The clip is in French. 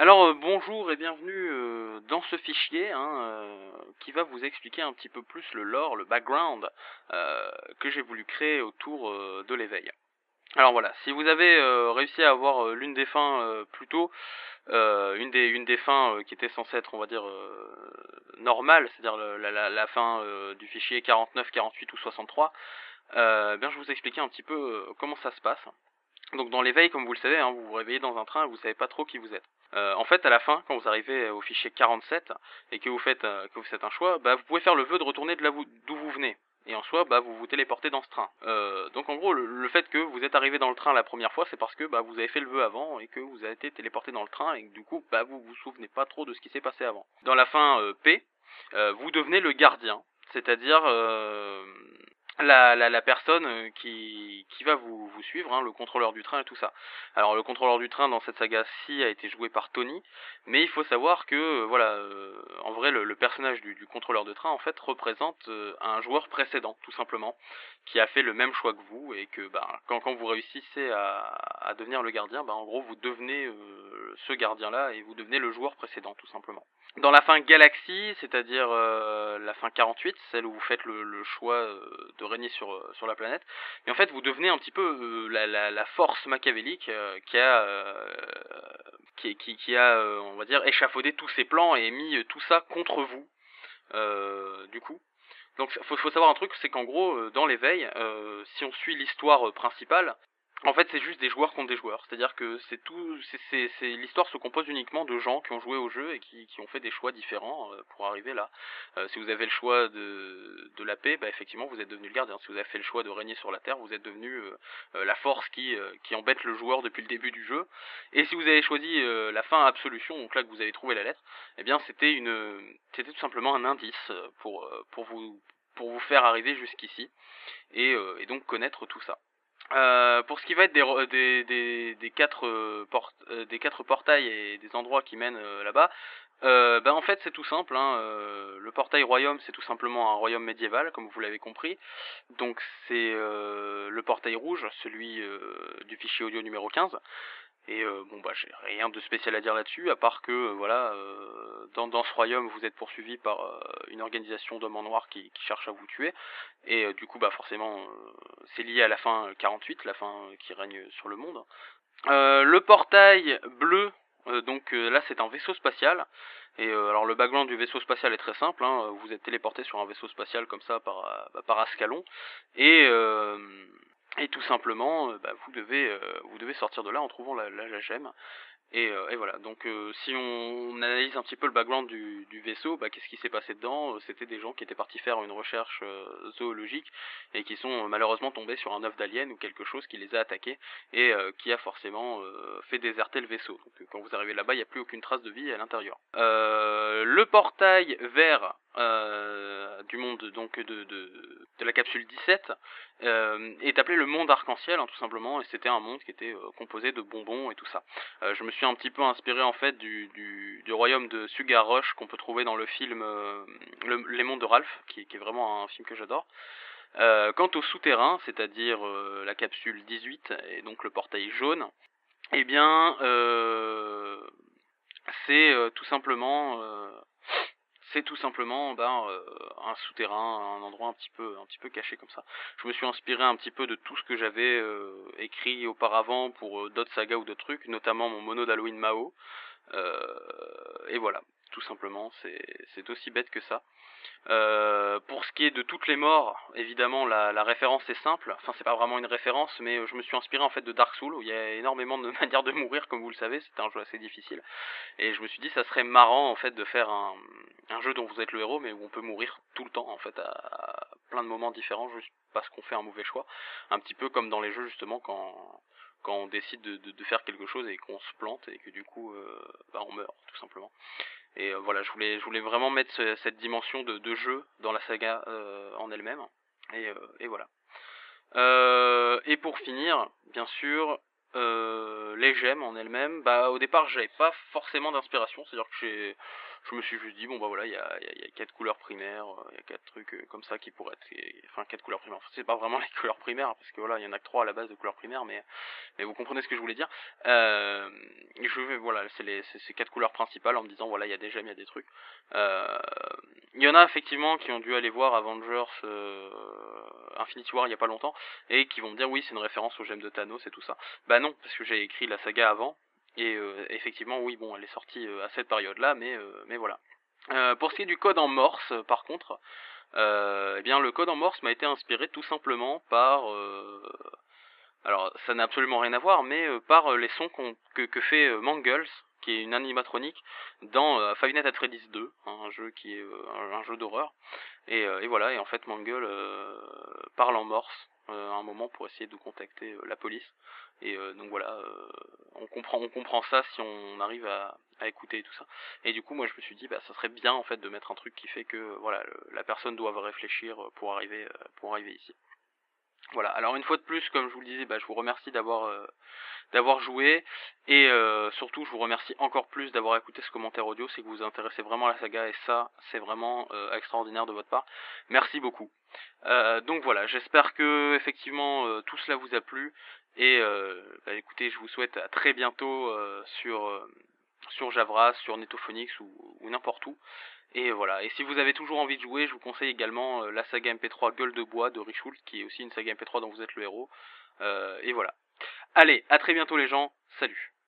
Alors bonjour et bienvenue dans ce fichier qui va vous expliquer un petit peu plus le lore, le background que j'ai voulu créer autour de l'éveil. Alors voilà, si vous avez réussi à avoir l'une des fins plus tôt, une des fins qui était censée être, on va dire, normale, c'est-à-dire la fin du fichier 49, 48 ou 63, bien je vais vous expliquer un petit peu comment ça se passe. Donc dans l'éveil, comme vous le savez, vous vous réveillez dans un train et vous savez pas trop qui vous êtes. En fait, à la fin, quand vous arrivez au fichier 47 et que vous faites un choix, vous pouvez faire le vœu de retourner d'où vous venez. Et en soi, vous vous téléportez dans ce train. Donc en gros, le fait que vous êtes arrivé dans le train la première fois, c'est parce que vous avez fait le vœu avant et que vous avez été téléporté dans le train et que du coup, vous vous souvenez pas trop de ce qui s'est passé avant. Dans la fin P, vous devenez le gardien, c'est-à-dire la personne qui va vous suivre, le contrôleur du train et tout ça. Alors le contrôleur du train dans cette saga-ci a été joué par Tony, mais il faut savoir que en vrai le personnage du contrôleur de train en fait représente un joueur précédent tout simplement, qui a fait le même choix que vous et que quand vous réussissez à devenir le gardien, en gros vous devenez ce gardien-là et vous devenez le joueur précédent tout simplement. Dans la fin Galaxy, c'est-à-dire la fin 48, celle où vous faites le choix de régner sur la planète, et en fait vous devenez un petit peu la force machiavélique qui a on va dire échafaudé tous ses plans et mis tout ça contre vous du coup. Donc faut savoir un truc, c'est qu'en gros dans l'éveil, si on suit l'histoire principale, en fait, c'est juste des joueurs contre des joueurs. C'est-à-dire que l'histoire se compose uniquement de gens qui ont joué au jeu et qui ont fait des choix différents pour arriver là. Si vous avez le choix de la paix, effectivement, vous êtes devenu le gardien. Si vous avez fait le choix de régner sur la terre, vous êtes devenu la force qui embête le joueur depuis le début du jeu. Et si vous avez choisi la fin absolution, donc là que vous avez trouvé la lettre, eh bien, c'était tout simplement un indice pour vous faire arriver jusqu'ici et donc connaître tout ça. Pour ce qui va être des quatre portails et des endroits qui mènent là-bas, en fait c'est tout simple. Le portail royaume, c'est tout simplement un royaume médiéval, comme vous l'avez compris. Donc c'est le portail rouge, celui du fichier audio numéro 15. Et j'ai rien de spécial à dire là-dessus, à part que dans ce royaume, vous êtes poursuivi par une organisation d'hommes en noir qui cherche à vous tuer. Et du coup, forcément, c'est lié à la fin 48, la fin qui règne sur le monde. Le portail bleu, là c'est un vaisseau spatial. Et alors le background du vaisseau spatial est très simple, vous êtes téléporté sur un vaisseau spatial comme ça par Ascalon. Et et tout simplement, vous devez sortir de là en trouvant la gemme. Et voilà, donc si on analyse un petit peu le background du vaisseau, qu'est-ce qui s'est passé dedans? C'était des gens qui étaient partis faire une recherche zoologique et qui sont malheureusement tombés sur un œuf d'alien ou quelque chose qui les a attaqués et qui a forcément fait déserter le vaisseau. Donc quand vous arrivez là-bas, il n'y a plus aucune trace de vie à l'intérieur. Le portail vert du monde donc de la capsule 17 est appelé le monde arc-en-ciel, tout simplement, et c'était un monde qui était composé de bonbons et tout ça. Je me suis un petit peu inspiré en fait du royaume de Sugar Rush qu'on peut trouver dans le film Les Mondes de Ralph, qui est vraiment un film que j'adore. Quant au souterrain, c'est-à-dire la capsule 18 et donc le portail jaune, eh bien c'est tout simplement un souterrain, un endroit un petit peu caché comme ça. Je me suis inspiré un petit peu de tout ce que j'avais écrit auparavant pour d'autres sagas ou d'autres trucs, notamment mon mono d'Halloween Mao. Et voilà, tout simplement, c'est aussi bête que ça. Pour ce qui est de toutes les morts, évidemment la référence est simple, enfin c'est pas vraiment une référence, mais je me suis inspiré en fait de Dark Souls, où il y a énormément de manières de mourir, comme vous le savez, c'est un jeu assez difficile, et je me suis dit ça serait marrant en fait de faire un jeu dont vous êtes le héros, mais où on peut mourir tout le temps en fait à plein de moments différents, juste parce qu'on fait un mauvais choix, un petit peu comme dans les jeux justement quand on décide de faire quelque chose et qu'on se plante et que du coup on meurt tout simplement. Et voilà, je voulais vraiment mettre cette dimension de jeu dans la saga en elle-même. Et voilà. Et pour finir, bien sûr, les gemmes en elles-mêmes, bah au départ j'avais pas forcément d'inspiration, c'est-à-dire que je me suis juste dit bon bah voilà il y a 4 couleurs primaires, il y a 4 trucs comme ça qui pourraient être, enfin 4 couleurs primaires, enfin, c'est pas vraiment les couleurs primaires parce que voilà il y en a que 3 à la base de couleurs primaires, mais vous comprenez ce que je voulais dire. Euh, voilà, c'est ces 4 couleurs principales en me disant voilà il y a des gemmes, il y a des trucs. Euh, il y en a effectivement qui ont dû aller voir Avengers Infinity War il y a pas longtemps et qui vont me dire oui c'est une référence aux gemmes de Thanos et tout ça. Bah non, parce que j'ai écrit la saga avant, et effectivement, oui, bon, elle est sortie à cette période-là, mais voilà. Pour ce qui est du code en Morse, par contre, eh bien, le code en Morse m'a été inspiré tout simplement par... alors, ça n'a absolument rien à voir, mais par les sons que fait Mangles, qui est une animatronique, dans Five Nights at Freddy's 2, hein, un jeu qui est un jeu d'horreur. Et voilà, et en fait Mangle parle en morse à un moment pour essayer de contacter la police. Et donc voilà, on comprend ça si on arrive à écouter et tout ça. Et du coup moi je me suis dit bah ça serait bien en fait de mettre un truc qui fait que voilà la personne doit réfléchir pour arriver ici. Voilà, alors une fois de plus, comme je vous le disais, bah, je vous remercie d'avoir joué, et surtout je vous remercie encore plus d'avoir écouté ce commentaire audio, c'est que vous vous intéressez vraiment à la saga, et ça c'est vraiment extraordinaire de votre part. Merci beaucoup. Donc voilà, j'espère que effectivement tout cela vous a plu, et bah, écoutez, je vous souhaite à très bientôt sur Javras, sur Netophonix ou n'importe où. Et voilà, et si vous avez toujours envie de jouer, je vous conseille également la saga MP3 Gueule de Bois de Richult, qui est aussi une saga MP3 dont vous êtes le héros. Et voilà. Allez, à très bientôt les gens, salut.